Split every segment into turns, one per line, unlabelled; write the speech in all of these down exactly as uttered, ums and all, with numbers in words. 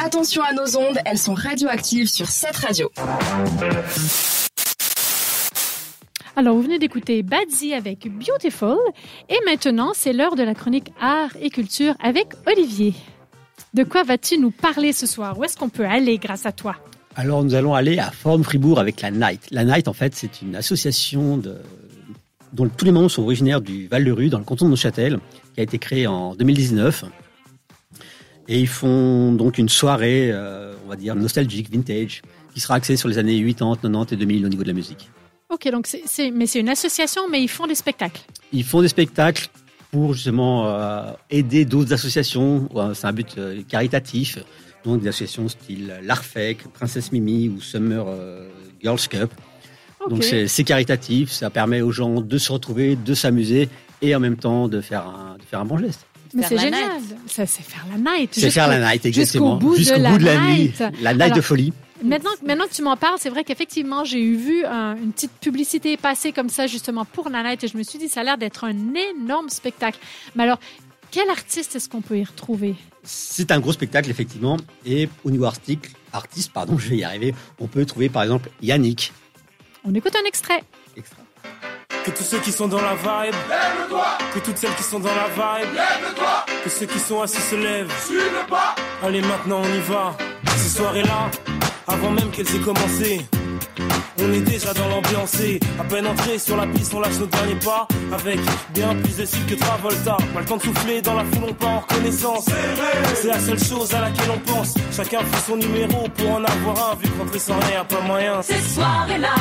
attention à nos ondes, elles sont radioactives sur cette radio.
Alors, vous venez d'écouter Badzi avec Beautiful. Et maintenant, c'est l'heure de la chronique Art et Culture avec Olivier. De quoi vas-tu nous parler ce soir? Où est-ce qu'on peut aller grâce à toi?
Alors, nous allons aller à Forum-Fribourg avec la Night. La Night, en fait, c'est une association de... dont tous les membres sont originaires du Val-de-Rue, dans le canton de Neuchâtel, qui a été créée en deux mille dix-neuf. Et ils font donc une soirée, euh, on va dire, nostalgique, vintage, qui sera axée sur les années quatre-vingt-dix, quatre-vingt-dix et deux mille au niveau de la musique.
Ok, donc c'est, c'est, mais c'est une association, mais ils font des spectacles.
Ils font des spectacles pour justement euh, aider d'autres associations. C'est un but euh, caritatif. Donc des associations style l'Arfec, Princesse Mimi ou Summer euh, Girls Cup. Okay. Donc c'est, c'est caritatif, ça permet aux gens de se retrouver, de s'amuser et en même temps de faire un, de faire un bon geste.
Mais c'est génial, ça, c'est faire la night.
C'est faire la night, exactement.
Jusqu'au bout,
jusqu'au
de,
bout
la
de la
night.
nuit, la night
Alors,
de folie.
Maintenant, maintenant que tu m'en parles, c'est vrai qu'effectivement, j'ai eu vu un, une petite publicité passer comme ça, justement, pour la night, et je me suis dit, ça a l'air d'être un énorme spectacle. Mais alors, quel artiste est-ce qu'on peut y retrouver?
C'est un gros spectacle, effectivement, et au niveau artistique, artiste, pardon, je vais y arriver, on peut trouver, par exemple, Yannick.
On écoute un extrait.
Extrait.
Que tous ceux qui sont dans la vibe, lève-toi. Que toutes celles qui sont dans la vibe, lève-toi. Que ceux qui sont assis se lèvent, suis le pas. Allez, maintenant on y va. Ces soirées-là, avant même qu'elles aient commencé, on est déjà dans l'ambiance. À peine entré sur la piste, on lâche nos derniers pas. Avec bien plus de style que Travolta. Pas le temps de souffler, dans la foule on part en reconnaissance. C'est la seule chose à laquelle on pense. Chacun fait son numéro pour en avoir un. Vu que rentrer sans rien, y'a pas moyen.
Ces soirées-là.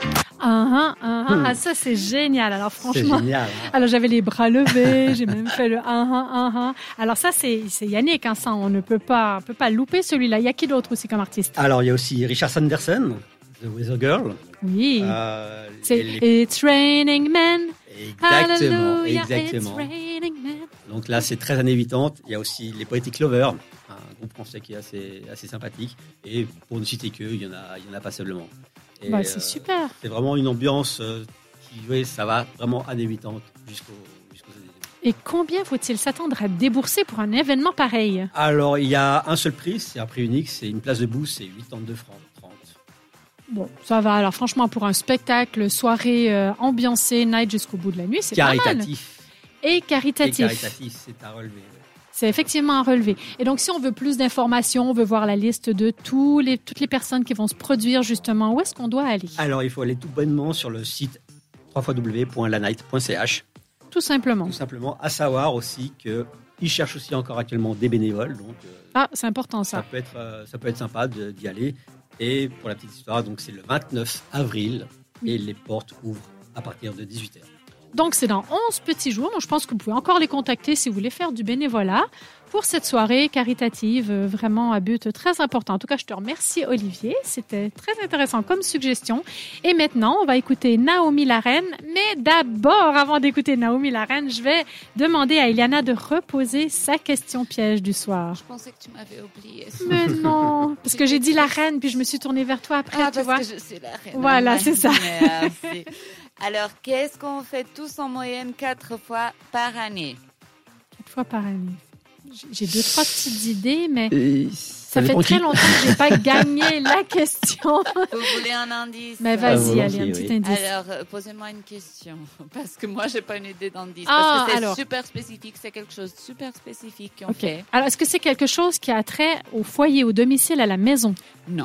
Ah, ah, ah, ah, ça c'est génial. Alors franchement,
c'est génial, hein.
Alors j'avais les bras levés, j'ai même fait le ah ah ah ah. Alors ça c'est c'est Yannick, hein, ça on ne peut pas on peut pas louper celui-là. Il y a qui d'autre aussi comme artiste?
Alors il y a aussi Richard Sanderson, The Weather Girl.
Oui.
Euh,
c'est
les...
It's Raining Men.
Exactement,
Hallelujah,
exactement.
It's raining men.
Donc là c'est très années quatre-vingt-dix. Il y a aussi les Poetic Lovers, un groupe français qui est assez assez sympathique. Et pour ne citer qu'eux, il y en a il y en a pas seulement. Et
bah, c'est
euh,
super.
C'est vraiment une ambiance euh, qui, oui, ça va vraiment années quatre-vingt-dix jusqu'au, jusqu'aux années.
Et combien faut-il s'attendre à débourser pour un événement pareil?
Alors, il y a un seul prix, c'est un prix unique, c'est une place debout, c'est quatre-vingt-deux francs trente.
Bon, ça va. Alors franchement, pour un spectacle, soirée euh, ambiancée, night jusqu'au bout de la nuit, c'est
caritatif.
pas mal. Et caritatif.
Et caritatif, c'est à relever. Ouais.
C'est effectivement à relever. Et donc, si on veut plus d'informations, on veut voir la liste de tous les, toutes les personnes qui vont se produire, justement, où est-ce qu'on doit aller?
Alors, il faut aller tout bonnement sur le site w w w point la night point c h.
Tout simplement.
Tout simplement. À savoir aussi qu'ils cherchent aussi encore actuellement des bénévoles. Donc, euh,
ah, c'est important ça.
Ça peut être, euh, ça peut être sympa de, d'y aller. Et pour la petite histoire, donc, c'est le vingt-neuf avril et les portes ouvrent à partir de dix-huit heures.
Donc, c'est dans onze petits jours. Donc, je pense que vous pouvez encore les contacter si vous voulez faire du bénévolat pour cette soirée caritative, vraiment à but très important. En tout cas, je te remercie, Olivier. C'était très intéressant comme suggestion. Et maintenant, on va écouter Naomi Lareine. Mais d'abord, avant d'écouter Naomi Lareine, je vais demander à Eliana de reposer sa question piège du soir.
Je pensais que tu m'avais oublié.
Mais non, parce que j'ai dit la reine, puis je me suis tournée vers toi après,
ah,
tu
parce
vois.
que je suis la reine.
Voilà, c'est ça.
Merci. Alors, qu'est-ce qu'on fait tous en moyenne quatre fois par année?
Quatre fois par année. J'ai deux, trois petites idées, mais
Et
ça, ça fait très longtemps que je n'ai pas gagné la question.
Vous voulez un indice?
Mais vas-y,
ah,
allez, un
oui.
petit indice.
Alors, euh, posez-moi une question, parce que moi, je n'ai pas une idée d'indice.
Ah,
parce que c'est
alors.
super spécifique, c'est quelque chose de super spécifique qu'on
okay.
fait.
Alors, est-ce que c'est quelque chose qui a trait au foyer, au domicile, à la maison?
Non.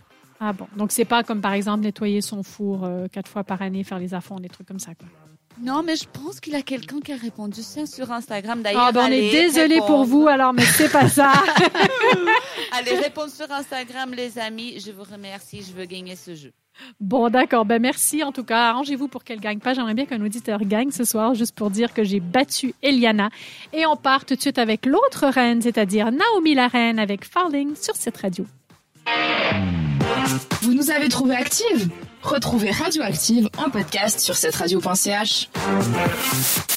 Ah bon, donc c'est pas comme par exemple nettoyer son four euh, quatre fois par année, faire les affaires, des trucs comme ça, quoi.
Non, mais je pense qu'il y a quelqu'un qui a répondu ça sur Instagram. D'ailleurs,
ah ben on
allez,
est désolé
répondre.
pour vous, alors, mais c'est pas ça.
Allez, répondre sur Instagram, les amis. Je vous remercie, je veux gagner ce jeu.
Bon, d'accord. Ben merci. En tout cas, arrangez-vous pour qu'elle gagne pas. J'aimerais bien qu'un auditeur gagne ce soir, juste pour dire que j'ai battu Eliana. Et on part tout de suite avec l'autre reine, c'est-à-dire Naomi Lareine avec Falling sur cette radio.
Vous nous avez trouvé active? Retrouvez Radioactive en podcast sur cette radio point c h.